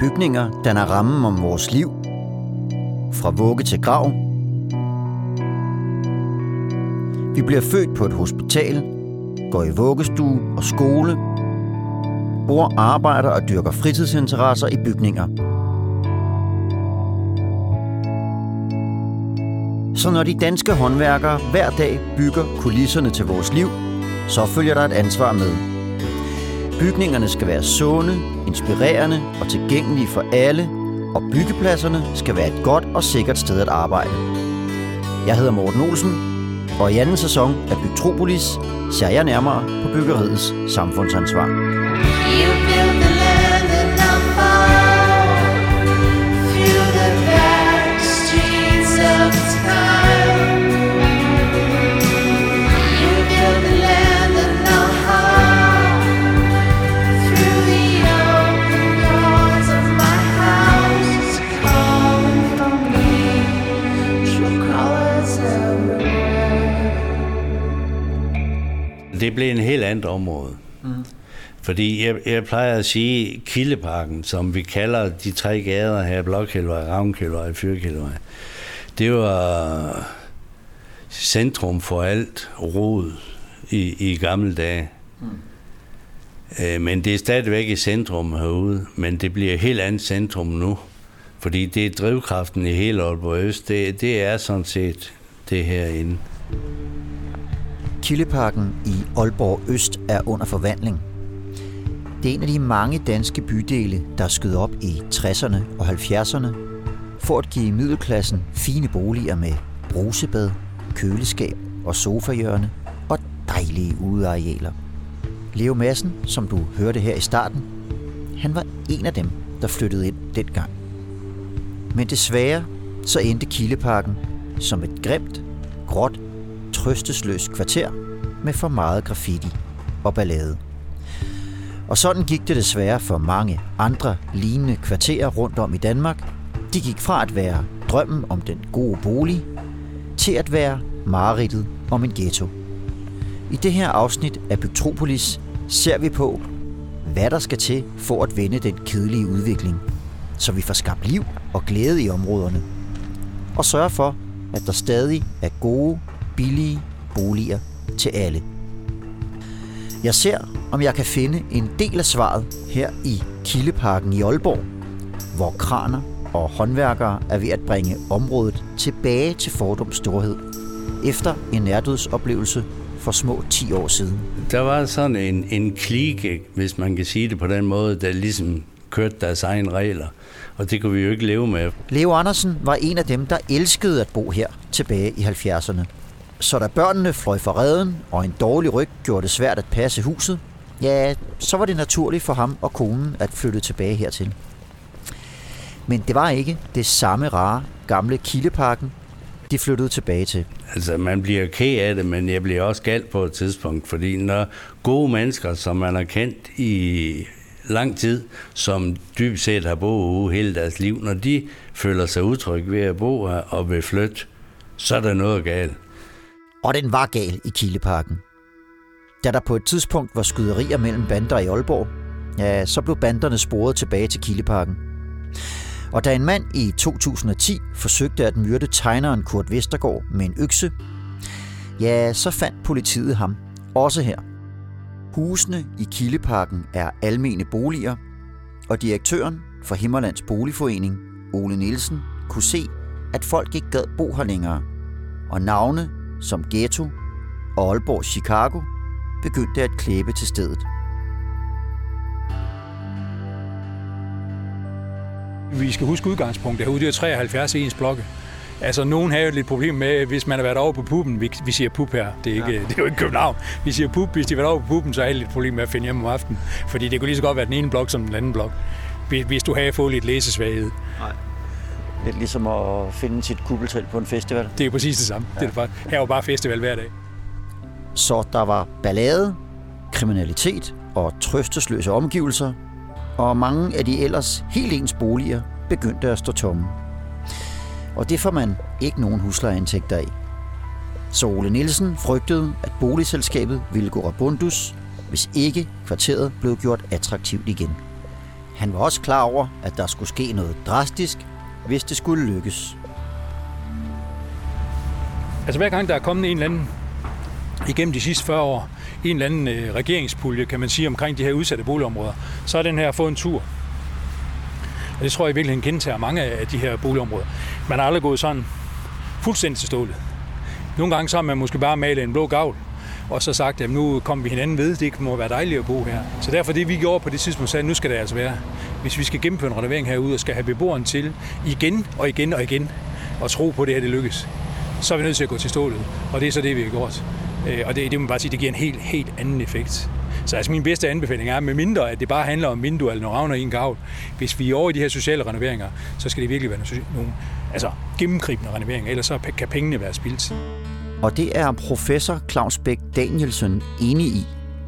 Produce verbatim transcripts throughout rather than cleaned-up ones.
Bygninger danner rammen om vores liv, fra vugge til grav. Vi bliver født på et hospital, går i vuggestue og skole, bor, arbejder og dyrker fritidsinteresser i bygninger. Så når de danske håndværkere hver dag bygger kulisserne til vores liv, så følger der et ansvar med. Bygningerne skal være sunde, inspirerende og tilgængelige for alle, og byggepladserne skal være et godt og sikkert sted at arbejde. Jeg hedder Morten Olsen, og i anden sæson af Bygtropolis ser jeg nærmere på byggeriets samfundsansvar. Det blev en helt andet område. Mm. Fordi jeg, jeg plejer at sige, Kildeparken, som vi kalder de tre gader her, Blokhælvej, Ravnkælvej og Fyrkælvej, det var centrum for alt rod i, i gamle dage. Mm. Øh, men det er stadigvæk i centrum herude, men det bliver et helt andet centrum nu. Fordi det er drivkraften i hele Aalborg Øst, det, det er sådan set det herinde. Kildeparken i Aalborg Øst er under forvandling. Det er en af de mange danske bydele, der er skød op i tresserne og halvfjerdserne for at give middelklassen fine boliger med brusebad, køleskab og sofahjørne og dejlige udearealer. Leo Madsen, som du hørte her i starten, han var en af dem, der flyttede ind dengang. Men desværre så endte Kildeparken som et grimt, gråt, trøstesløst kvarter med for meget graffiti og ballade. Og sådan gik det desværre for mange andre lignende kvarterer rundt om i Danmark. De gik fra at være drømmen om den gode bolig til at være mareridtet om en ghetto. I det her afsnit af Bygtropolis ser vi på, hvad der skal til for at vende den kedelige udvikling, så vi får skabt liv og glæde i områderne, og sørge for, at der stadig er gode, billige boliger til alle. Jeg ser, om jeg kan finde en del af svaret her i Kildeparken i Aalborg, hvor kraner og håndværkere er ved at bringe området tilbage til fordums storhed, efter en nærdødsoplevelse for små ti år siden. Der var sådan en, en klike, hvis man kan sige det på den måde, der ligesom kørte deres egne regler, og det kunne vi jo ikke leve med. Leo Andersen var en af dem, der elskede at bo her tilbage i halvfjerdserne. Så da børnene fløj fra reden, og en dårlig ryg gjorde det svært at passe huset, ja, så var det naturligt for ham og konen at flytte tilbage hertil. Men det var ikke det samme rare gamle Kildeparken, de flyttede tilbage til. Altså, man bliver ked af det, men jeg bliver også galt på et tidspunkt, fordi når gode mennesker, som man har kendt i lang tid, som dybest set har boet ude hele deres liv, når de føler sig utrygge ved at bo her og vil flytte, så er der noget galt. Og den var gal i Kildeparken. Da der på et tidspunkt var skyderier mellem bander i Aalborg, ja, så blev banderne sporet tilbage til Kildeparken. Og da en mand i to tusind og ti forsøgte at myrde tegneren Kurt Vestergaard med en økse, ja, så fandt politiet ham også her. Husene i Kildeparken er almene boliger, og direktøren for Himmerlands Boligforening, Ole Nielsen, kunne se, at folk ikke gad bo her længere, og navne som Ghetto og Aalborg Chicago begyndte at klæbe til stedet. Vi skal huske udgangspunktet herude, det er treoghalvfjerds ens blokke. Altså, nogen har jo lidt problem med, hvis man har været over på puben. Vi, vi siger pub her, det er, ikke, ja. det er jo ikke København. Vi siger pub, hvis de har været over på puben, så er det lidt problem med at finde hjem om aftenen. Fordi det kunne lige så godt være den ene blok som den anden blok, hvis du har fået lidt læsesvaghed. Nej. Lidt ligesom at finde sit kuppeltelt på en festival. Det er jo præcis det samme. Ja. Det er det bare. Her er jo bare festival hver dag. Så der var ballade, kriminalitet og trøstesløse omgivelser, og mange af de ellers helt ens boliger begyndte at stå tomme. Og det får man ikke nogen huslejeindtægter af. Så Ole Nielsen frygtede, at boligselskabet ville gå rabundus, hvis ikke kvarteret blev gjort attraktivt igen. Han var også klar over, at der skulle ske noget drastisk, hvis det skulle lykkes. Altså hver gang der er kommet en eller anden, igennem de sidste fyrre år, en eller anden øh, regeringspulje, kan man sige, omkring de her udsatte boligområder, så har den her fået en tur. Og det tror jeg virkelig, han gentager mange af de her boligområder. Man har aldrig gået sådan fuldstændig til stålet. Nogle gange så har man måske bare malet en blå gavl, og så sagt, at nu kommer vi hinanden ved, det må være dejligt at bo her. Så derfor det, vi gjorde på det tidspunkt, sagde, at nu skal det altså være, hvis vi skal gennemføre en renovering herude, og skal have beboeren til igen og igen og igen, og tro på det, at det lykkes, så er vi nødt til at gå til stålet. Og det er så det, vi har gjort. Og det, det må man bare sige, det giver en helt, helt anden effekt. Så altså min bedste anbefaling er, med mindre at det bare handler om vinduer eller nogle ravner i en gavl, hvis vi er over i de her sociale renoveringer, så skal det virkelig være nogle, nogle altså, gennemgribende renoveringer, ellers så kan pengene være spildt. Og det er professor Claus Bech Danielsen enig i.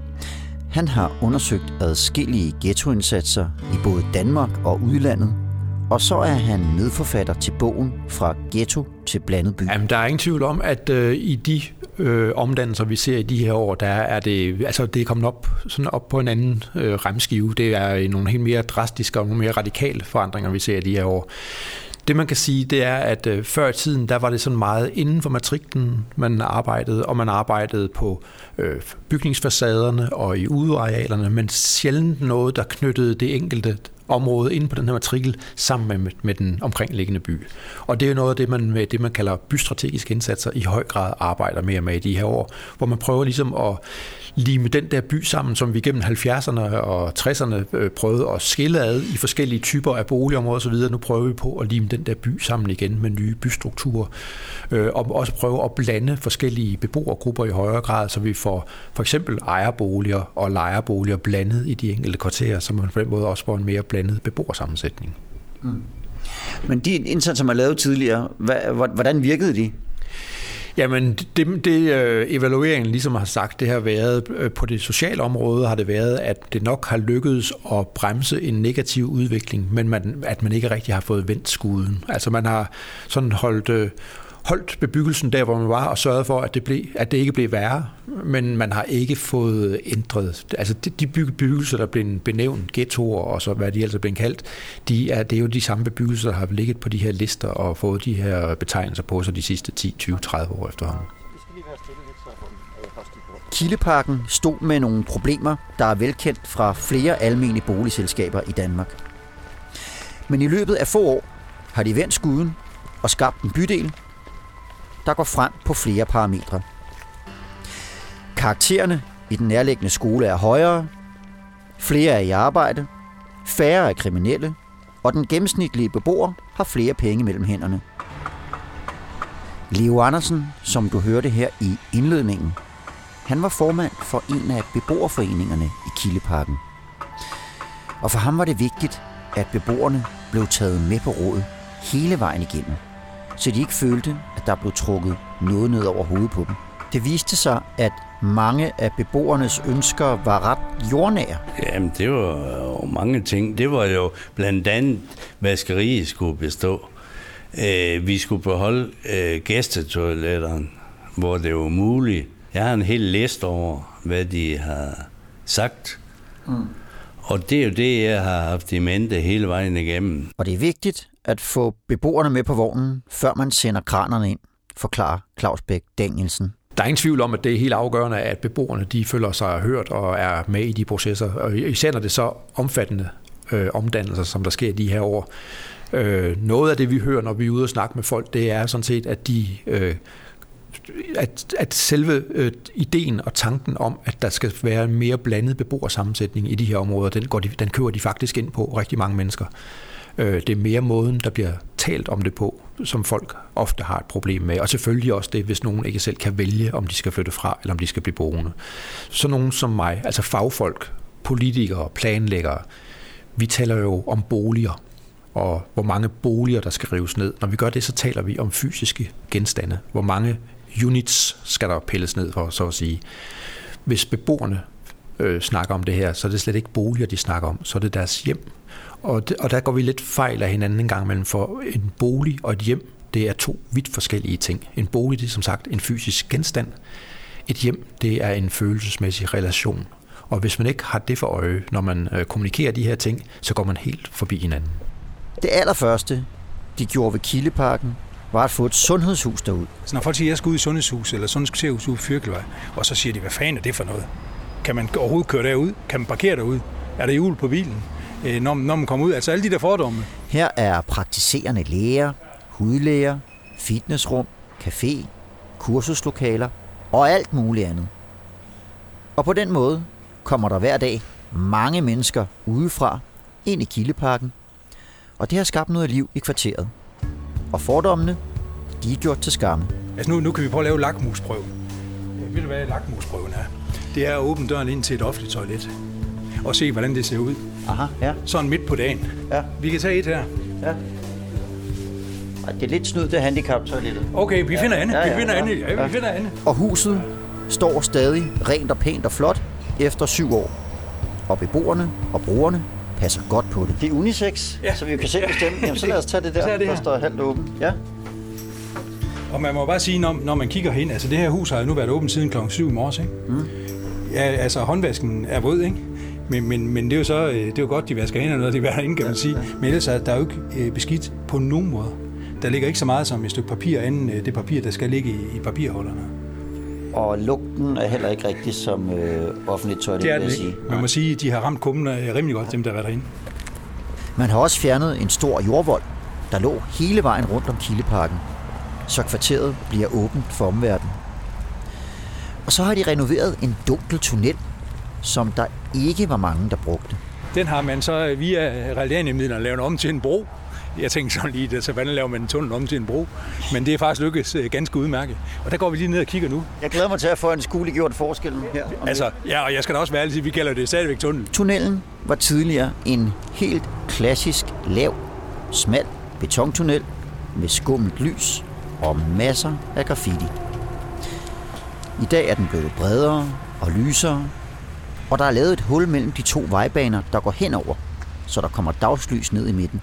Han har undersøgt adskillige ghettoindsatser i både Danmark og udlandet, og så er han medforfatter til bogen Fra Ghetto til Blandet By. Jamen, der er ingen tvivl om, at øh, i de øh, omdannelser, vi ser i de her år, der er det, altså, det er kommet op, sådan op på en anden øh, remskive. Det er nogle helt mere drastiske og nogle mere radikale forandringer, vi ser i de her år. Det man kan sige, det er, at øh, før i tiden, der var det sådan meget inden for matriklen, man arbejdede, og man arbejdede på øh, bygningsfacaderne og i udearealerne, men sjældent noget, der knyttede det enkelte område inde på den her matrikel sammen med, med den omkringliggende by. Og det er noget af det, man med det, man kalder bystrategiske indsatser, i høj grad arbejder mere med i de her år, hvor man prøver ligesom at lime den der by sammen, som vi gennem halvfjerdserne og tresserne prøvede at skille ad i forskellige typer af boligområder osv. Nu prøver vi på at lime den der by sammen igen med nye bystrukturer, og også prøve at blande forskellige beboergrupper i højere grad, så vi får for eksempel ejerboliger og lejerboliger blandet i de enkelte kvarterer, så man på den måde også får en mere blandet beboersammensætning. Mm. Men de indsatser, som er lavet tidligere, hvordan virkede de? Jamen, det, det evalueringen ligesom har sagt, det har været på det sociale område, har det været, at det nok har lykkedes at bremse en negativ udvikling, men man, at man ikke rigtig har fået vendt skuden. Altså man har sådan holdt, holdt bebyggelsen der, hvor man var, og sørget for, at det, blev, at det ikke blev værre, men man har ikke fået ændret. Altså de bebyggelser, der blev benævnt, ghettoer og så hvad de ellers er blevet kaldt, de er, det er jo de samme bebyggelser, der har ligget på de her lister og fået de her betegnelser på sig de sidste ti, tyve, tredive år efterhånden. Kildeparken stod med nogle problemer, der er velkendt fra flere almene boligselskaber i Danmark. Men i løbet af få år har de vendt skuden og skabt en bydel, der går frem på flere parametre. Karaktererne i den nærliggende skole er højere, flere er i arbejde, færre er kriminelle, og den gennemsnitlige beboer har flere penge mellem hænderne. Leo Andersen, som du hørte her i indledningen, han var formand for en af beboerforeningerne i Kildeparken. Og for ham var det vigtigt, at beboerne blev taget med på råd hele vejen igennem, så de ikke følte, at der blev trukket noget ned over hovedet på dem. Det viste sig, at mange af beboernes ønsker var ret jordnære. Jamen, det var jo mange ting. Det var jo blandt andet, vaskeriet skulle bestå. Vi skulle beholde gæstetoiletterne, hvor det var muligt. Jeg har en hel liste over, hvad de har sagt. Mm. Og det er jo det, jeg har haft i mente hele vejen igennem. Og det er vigtigt at få beboerne med på vognen, før man sender kranerne ind, forklarer Claus Bech Danielsen. Der er ingen tvivl om, at det er helt afgørende, at beboerne de føler sig hørt og er med i de processer. Og især når det er så omfattende øh, omdannelser, som der sker i de her år. Øh, noget af det, vi hører, når vi er ude og snakke med folk, det er sådan set, at de... Øh, At, at selve øh, ideen og tanken om, at der skal være en mere blandet beboersammensætning i de her områder, den, går de, den kører de faktisk ind på, rigtig mange mennesker. Øh, det er mere måden, der bliver talt om det på, som folk ofte har et problem med. Og selvfølgelig også det, hvis nogen ikke selv kan vælge, om de skal flytte fra, eller om de skal blive boende. Så nogen som mig, altså fagfolk, politikere, planlæggere, vi taler jo om boliger, og hvor mange boliger, der skal rives ned. Når vi gør det, så taler vi om fysiske genstande. Hvor mange units skal der pilles ned for, så at sige. Hvis beboerne øh, snakker om det her, så er det slet ikke boliger, de snakker om, så er det deres hjem. Og, det, og der går vi lidt fejl af hinanden en gang imellem, for en bolig og et hjem, det er to vidt forskellige ting. En bolig, det er som sagt en fysisk genstand. Et hjem, det er en følelsesmæssig relation. Og hvis man ikke har det for øje, når man øh, kommunikerer de her ting, så går man helt forbi hinanden. Det allerførste, de gjorde ved Kildeparken, var at få et sundhedshus derud. Så når folk siger, at jeg skal ud i sundhedshus eller sundhedshus ude på Fyrkelvej, og så siger de, hvad fanden er det for noget? Kan man overhovedet køre derud? Kan man parkere derud? Er der hjul på bilen? Øh, når, når man kommer ud, altså alle de der fordomme. Her er praktiserende læger, hudlæger, fitnessrum, café, kursuslokaler og alt muligt andet. Og på den måde kommer der hver dag mange mennesker udefra ind i Kildeparken, og det har skabt noget liv i kvarteret. Og fordommene, de er gjort til skamme. Altså nu, nu kan vi prøve at lave lakmusprøven. Ved du, hvad lakmusprøven er? Det er at åbne døren ind til et offentligt toilet og se, hvordan det ser ud. Aha, ja. Sådan midt på dagen. Ja. Vi kan tage et her. Ja. Det er lidt snyd, det handicaptoilettet. Okay, vi finder ja. andet. Ja, ja, vi finder ja. andet. Ja, vi ja. finder andet. Og huset står stadig rent og pænt og flot efter syv år. Og beboerne og brugerne passer godt på det. Det er unisex, ja. Så vi kan selv bestemme. Jamen, så lad os tage det der, det der står halvt åbent. Ja. Og man må bare sige, når, når man kigger hen, altså det her hus har jo nu været åbent siden klokken syv i morges, ikke? Mm. Ja, altså håndvasken er våd, ikke? Men, men, men det er jo så, det er jo godt, de vasker hænderne, når de er inde, kan man sige. Men ellers er der jo ikke beskidt på nogen måde. Der ligger ikke så meget som et stykke papir, anden det papir, der skal ligge i, i papirholderne. Og lugten er heller ikke rigtig som øh, offentligt toilet, det er det vil jeg ikke. sige. Man må sige, at de har ramt kummen rimelig godt, dem der har været derinde. Man har også fjernet en stor jordvold, der lå hele vejen rundt om Kildeparken, så kvarteret bliver åbent for omverdenen. Og så har de renoveret en dunkel tunnel, som der ikke var mange, der brugte. Den har man så via realianmidlerne lavet om til en bro. Jeg tænkte sådan lige, så hvordan laver man en tunnel om til en bro? Men det er faktisk lykkes ganske udmærket. Og der går vi lige ned og kigger nu. Jeg glæder mig til at få en skueliggjort forskel her. Altså, ja, og jeg skal da også være ærlig, vi kalder det stadigvæk tunnel. Tunnelen var tidligere en helt klassisk, lav, smal betontunnel med skummelt lys og masser af graffiti. I dag er den blevet bredere og lysere, og der er lavet et hul mellem de to vejbaner, der går henover, så der kommer dagslys ned i midten.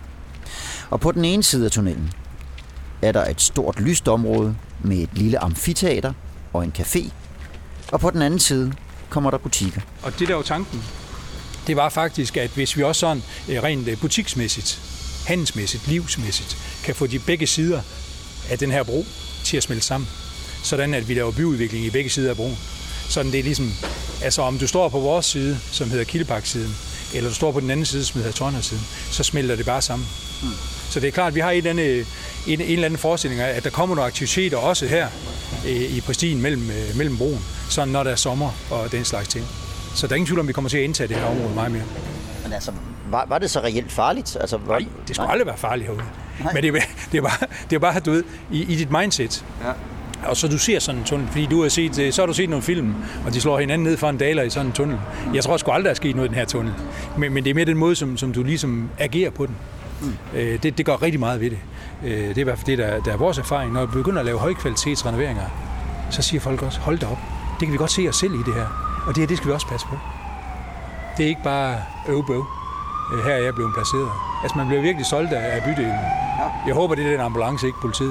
Og på den ene side af tunnelen er der et stort lyst område med et lille amfiteater og en café, og på den anden side kommer der butikker. Og det der var tanken, det var faktisk, at hvis vi også sådan rent butiksmæssigt, handelsmæssigt, livsmæssigt, kan få de begge sider af den her bro til at smelte sammen, sådan at vi laver byudvikling i begge sider af broen. Sådan det er ligesom, altså om du står på vores side, som hedder Kildepark-siden, eller du står på den anden side, som hedder Tornhøj-siden, så smelter det bare sammen. Mm. Så det er klart, at vi har en eller anden, en, en eller anden forestilling af, at der kommer nogle aktiviteter også her i præstien mellem, mellem broen, sådan når der er sommer og den slags ting. Så der er ingen tvivl om, vi kommer til at indtage det her område meget mere. Men altså, var, var det så reelt farligt? Altså, var... Nej, det skulle aldrig være farligt herude. Nej. Men det er, det er bare, det er bare du ved, i, i dit mindset. Ja. Og så du ser sådan en tunnel, fordi du har set, så har du set nogle film, og de slår hinanden ned for en daler i sådan en tunnel. Jeg tror sgu aldrig, der er sket noget i den her tunnel. Men, men det er mere den måde, som, som du ligesom agerer på den. Mm. Øh, det, det gør rigtig meget ved det. Øh, det er i hvert fald det, der, der er vores erfaring. Når vi begynder at lave højkvalitetsrenoveringer, så siger folk også, hold da op, det kan vi godt se os selv i det her. Og det her, det skal vi også passe på. Det er ikke bare øvbøv. Her er jeg blevet placeret. Altså, man bliver virkelig solgt af bydelen. Jeg håber, det er den ambulance, ikke politiet.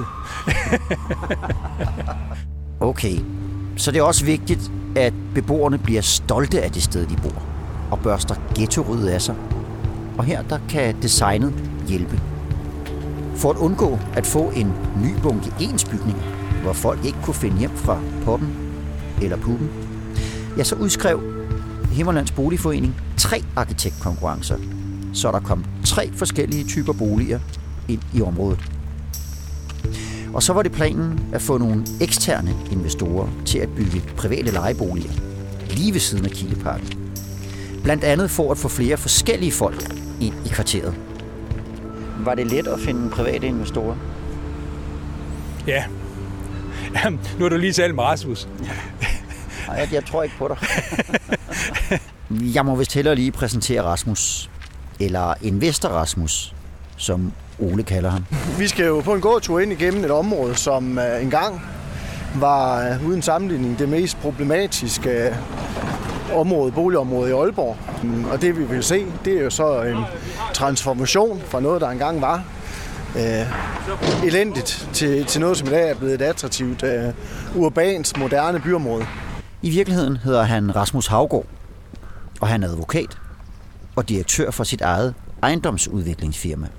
Okay, så det er også vigtigt, at beboerne bliver stolte af det sted, de bor, og børster ghettoryddet af sig. Og her der kan designet hjælpe. For at undgå at få en ny bunke ensbygning, hvor folk ikke kunne finde hjem fra poppen eller puben, ja, så udskrev Himmerlands Boligforening tre arkitektkonkurrencer, så der kom tre forskellige typer boliger ind i området. Og så var det planen at få nogle eksterne investorer til at bygge private lejeboliger lige ved siden af Kildeparken. Blandt andet for at få flere forskellige folk ind i kvarteret. Var det let at finde private investorer? Ja. Nu har du lige talt med Rasmus. Nej, jeg, jeg tror ikke på dig. Jeg må vist hellere lige præsentere Rasmus, eller Investor Rasmus, som Ole kalder ham. Vi skal jo på en gåtur ind igennem et område, som uh, engang var uh, uden sammenligning det mest problematiske uh, område, boligområde i Aalborg. Um, og det vi vil se, det er jo så en transformation fra noget, der engang var uh, elendigt, til, til noget, som i dag er blevet et attraktivt, uh, urbant, moderne byområde. I virkeligheden hedder han Rasmus Haugaard, og han er advokat og direktør for sit eget ejendomsudviklingsfirma.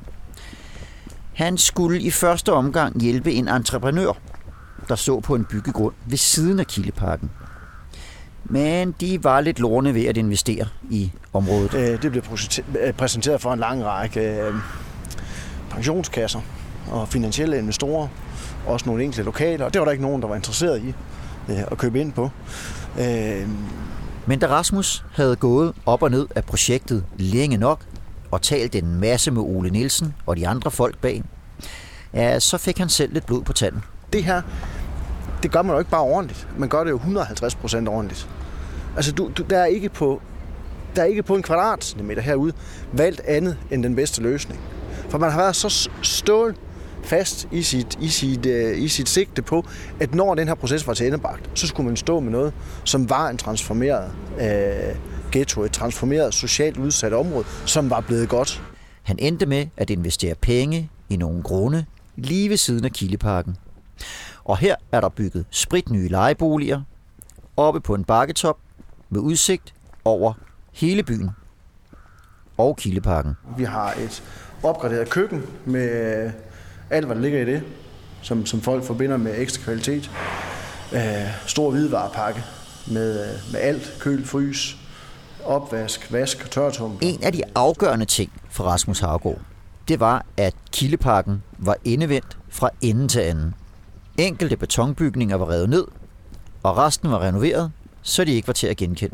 Han skulle i første omgang hjælpe en entreprenør, der så på en byggegrund ved siden af Kildeparken. Men de var lidt lorne ved at investere i området. Det blev præsenteret for en lang række pensionskasser og finansielle investorer, også nogle enkelte lokaler, og det var der ikke nogen, der var interesseret i at købe ind på. Men da Rasmus havde gået op og ned af projektet længe nok og talt en masse med Ole Nielsen og de andre folk bag, ja, så fik han selv lidt blod på tanden. Det her, det gør man jo ikke bare ordentligt. Man gør det jo et hundrede og halvtreds procent ordentligt. Altså, du, du, der, er ikke på, der er ikke på en kvadratcentimeter herude valgt andet end den bedste løsning. For man har været så stål fast i sit, i, sit, uh, i sit sigte på, at når den her proces var til endebragt, så skulle man stå med noget, som var en transformeret uh, ghetto, et transformeret socialt udsat område, som var blevet godt. Han endte med at investere penge i nogle grunde lige ved siden af Kildeparken. Og her er der bygget spritnye lejeboliger oppe på en bakketop med udsigt over hele byen og Kildeparken. Vi har et opgraderet køkken med alt, hvad der ligger i det, som, som folk forbinder med ekstra kvalitet. Øh, stor hvidevarepakke med, med alt, køl, frys, opvask, vask og tørretum. En af de afgørende ting for Rasmus Haugaard, det var, at Kildeparken var endevendt fra ende til anden. Enkelte betonbygninger var revet ned, og resten var renoveret, så de ikke var til at genkende.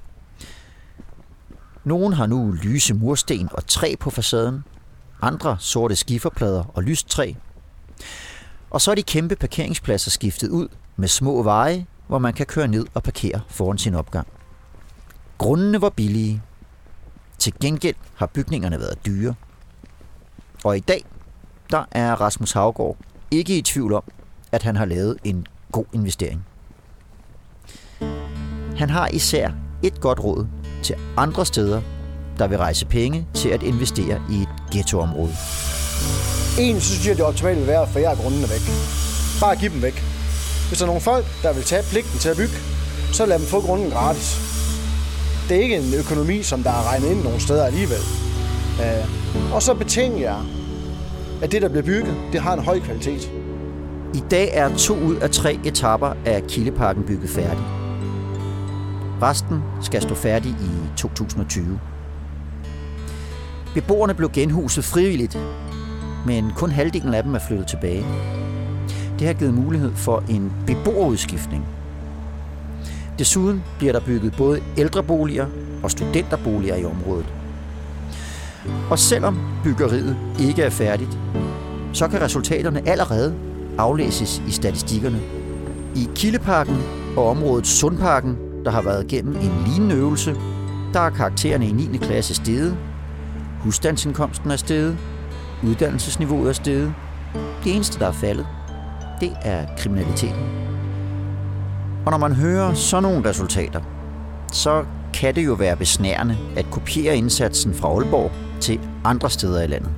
Nogle har nu lyse mursten og træ på facaden, andre sorte skiferplader og lyst træ. Og så er de kæmpe parkeringspladser skiftet ud med små veje, hvor man kan køre ned og parkere foran sin opgang. Grundene var billige. Til gengæld har bygningerne været dyre. Og i dag, der er Rasmus Haugaard ikke i tvivl om, at han har lavet en god investering. Han har især et godt råd til andre steder, der vil rejse penge til at investere i et ghettoområde. En, så synes jeg, det optimale vil være at forære grundene væk. Bare giv dem væk. Hvis der er nogle folk, der vil tage pligten til at bygge, så lad dem få grunden gratis. Det er ikke en økonomi, som der er regnet ind nogle steder alligevel. Og så betinge jer, at det, der bliver bygget, det har en høj kvalitet. I dag er to ud af tre etaper af Kildeparken bygget færdig. Resten skal stå færdig i to tusind og tyve. Beboerne blev genhuset frivilligt, men kun halvdelen af dem er flyttet tilbage. Det har givet mulighed for en beboerudskiftning. Desuden bliver der bygget både ældreboliger og studenterboliger i området. Og selvom byggeriet ikke er færdigt, så kan resultaterne allerede aflæses i statistikkerne. I Kildeparken og området Sundparken, der har været igennem en lignende øvelse, der er karaktererne i niende klasse steget, husstandsindkomsten er steget, uddannelsesniveauet er steget. Det eneste, der er faldet, det er kriminaliteten. Og når man hører sådan nogle resultater, så kan det jo være besnærende at kopiere indsatsen fra Aalborg til andre steder i landet.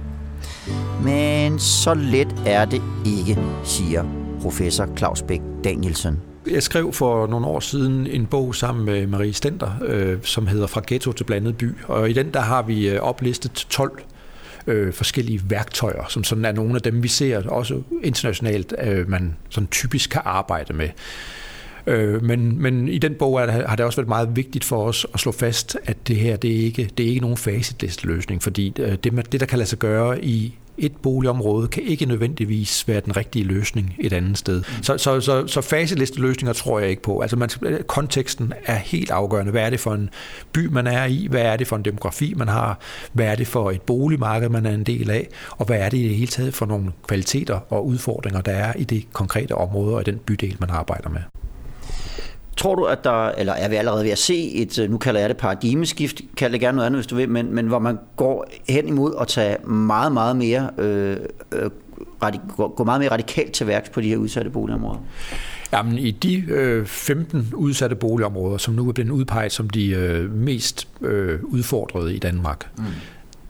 Men så let er det ikke, siger professor Claus Bech Danielsen. Jeg skrev for nogle år siden en bog sammen med Marie Stender, øh, som hedder Fra Ghetto til Blandet By. Og i den der har vi oplistet tolv øh, forskellige værktøjer, som sådan er nogle af dem, vi ser også internationalt, øh, man sådan typisk kan arbejde med. Øh, men, men i den bog er det, har det også været meget vigtigt for os at slå fast, at det her det er ikke, det er ikke nogen facitlisteløsning, fordi det, det, der kan lade sig gøre i et boligområde, kan ikke nødvendigvis være den rigtige løsning et andet sted. Mm. Så, så, så, så facitlisteløsninger tror jeg ikke på. Altså man, konteksten er helt afgørende. Hvad er det for en by, man er i? Hvad er det for en demografi, man har? Hvad er det for et boligmarked, man er en del af? Og hvad er det i det hele taget for nogle kvaliteter og udfordringer, der er i det konkrete område og i den bydel, man arbejder med? Tror du, at der, eller er vi allerede ved at se et, nu kalder jeg det paradigmeskift, kald det gerne noget andet, hvis du vil, men, men hvor man går hen imod at tage meget, meget mere, øh, øh, gå meget mere radikalt til værks på de her udsatte boligområder? Jamen, i de øh, femten udsatte boligområder, som nu er blevet udpeget som de øh, mest øh, udfordrede i Danmark, mm.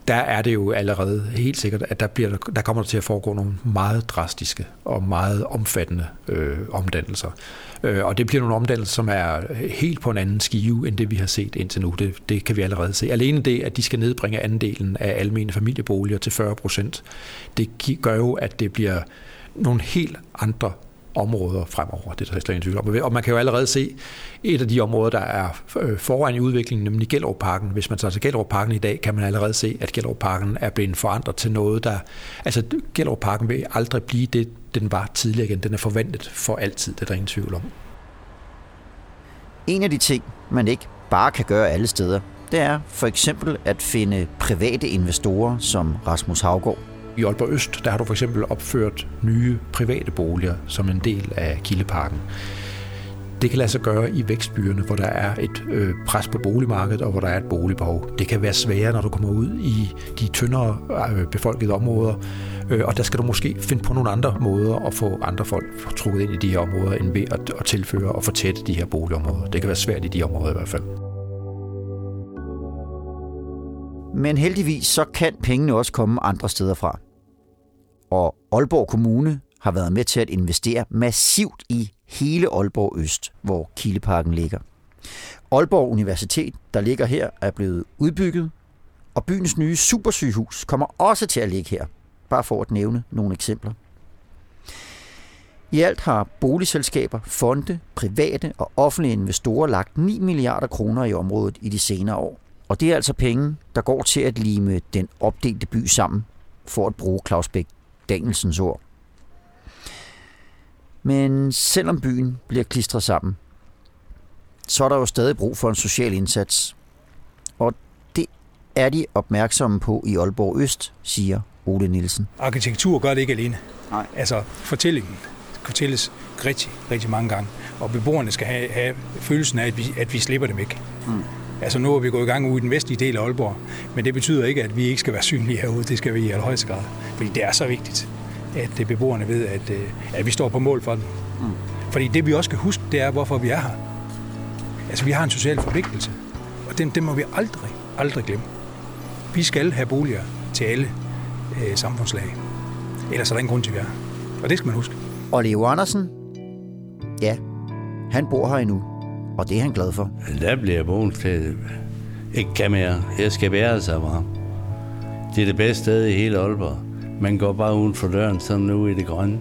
der er det jo allerede helt sikkert, at der, bliver, der kommer der til at foregå nogle meget drastiske og meget omfattende øh, omdannelser. Øh, og det bliver nogle omdannelser, som er helt på en anden skive, end det vi har set indtil nu. Det, det kan vi allerede se. Alene det, at de skal nedbringe andelen af almene familieboliger til fyrre procent, det gør jo, at det bliver nogle helt andre områder fremover. Det er der slet ikke tvivl om. Og man kan jo allerede se et af de områder, der er foran i udviklingen, nemlig Gellerupparken. Hvis man tager til Gellerupparken i dag, kan man allerede se, at Gellerupparken er blevet forandret til noget, der... Altså, Gellerupparken vil aldrig blive det, den var tidligere igen. Den er forventet for altid. Det er der ingen tvivl om. En af de ting, man ikke bare kan gøre alle steder, det er for eksempel at finde private investorer som Rasmus Haugaard. I Aalborg Øst, der har du for eksempel opført nye private boliger som en del af Kildeparken. Det kan lade sig gøre i vækstbyerne, hvor der er et øh, pres på boligmarkedet, og hvor der er et boligbehov. Det kan være sværere, når du kommer ud i de tyndere øh, befolkede områder, øh, og der skal du måske finde på nogle andre måder at få andre folk trukket ind i de her områder, end ved at, at tilføre og fortætte de her boligområder. Det kan være svært i de områder i hvert fald. Men heldigvis så kan pengene også komme andre steder fra. Og Aalborg Kommune har været med til at investere massivt i hele Aalborg Øst, hvor Kildeparken ligger. Aalborg Universitet, der ligger her, er blevet udbygget, og byens nye supersygehus kommer også til at ligge her, bare for at nævne nogle eksempler. I alt har boligselskaber, fonde, private og offentlige investorer lagt ni milliarder kroner i området i de senere år. Og det er altså penge, der går til at lime den opdelte by sammen, for at bruge Claus Bech Danielsens ord. Men selvom byen bliver klistret sammen, så er der jo stadig brug for en social indsats. Og det er de opmærksomme på i Aalborg Øst, siger Ole Nielsen. Arkitektur gør det ikke alene. Nej. Altså fortællingen fortælles rigtig, rigtig mange gange, og beboerne skal have, have følelsen af, at vi, at vi slipper dem ikke. Mm. Altså nu er vi gået i gang ude i den vestlige del af Aalborg, men det betyder ikke, at vi ikke skal være synlige herude. Det skal vi i allerhøjeste grad. Fordi det er så vigtigt, at beboerne ved, at, at vi står på mål for dem. Mm. Fordi det vi også skal huske, det er, hvorfor vi er her. Altså vi har en social forpligtelse, og den, den må vi aldrig, aldrig glemme. Vi skal have boliger til alle øh, samfundslag. Ellers er der ingen grund til, at vi er. Og det skal man huske. Og Leo Andersen, ja, han bor her endnu. Og det er han glad for. Der bliver jeg boende til. Ikke kan mere. Jeg skal være så meget. Det er det bedste sted i hele Aalborg. Man går bare uden for døren, som nu i det grønne.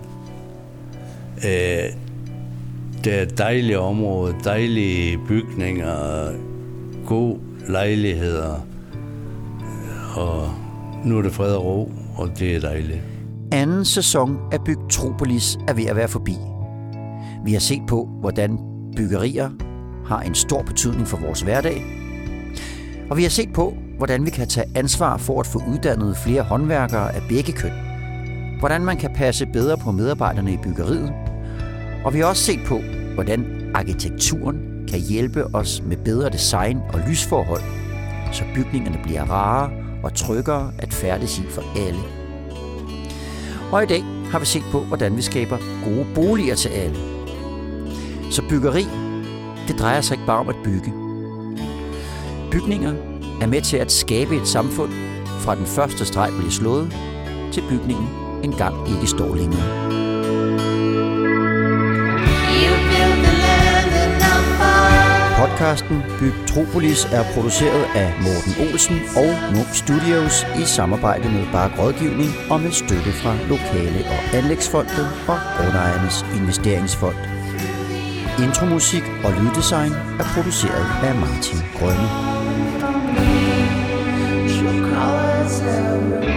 Øh, det er dejlige områder, dejlige bygninger, gode lejligheder. Og nu er det fred og ro, og det er dejligt. Anden sæson af Bygtropolis er ved at være forbi. Vi har set på, hvordan byggerier har en stor betydning for vores hverdag. Og vi har set på, hvordan vi kan tage ansvar for at få uddannet flere håndværkere af begge køn. Hvordan man kan passe bedre på medarbejderne i byggeriet. Og vi har også set på, hvordan arkitekturen kan hjælpe os med bedre design og lysforhold, så bygningerne bliver rarere og tryggere at færdes i for alle. Og i dag har vi set på, hvordan vi skaber gode boliger til alle. Så byggeri, det drejer sig ikke bare om at bygge. Bygninger er med til at skabe et samfund, fra den første streg bliver slået, til bygningen engang ikke står længere. Podcasten Bygtropolis er produceret af Morten Olsen og Munk Studios i samarbejde med Bark Rådgivning og med støtte fra Lokale- og Anlægsfondet og Grundejernes Investeringsfond. Intromusik og lyddesign er produceret af Martin Grønne.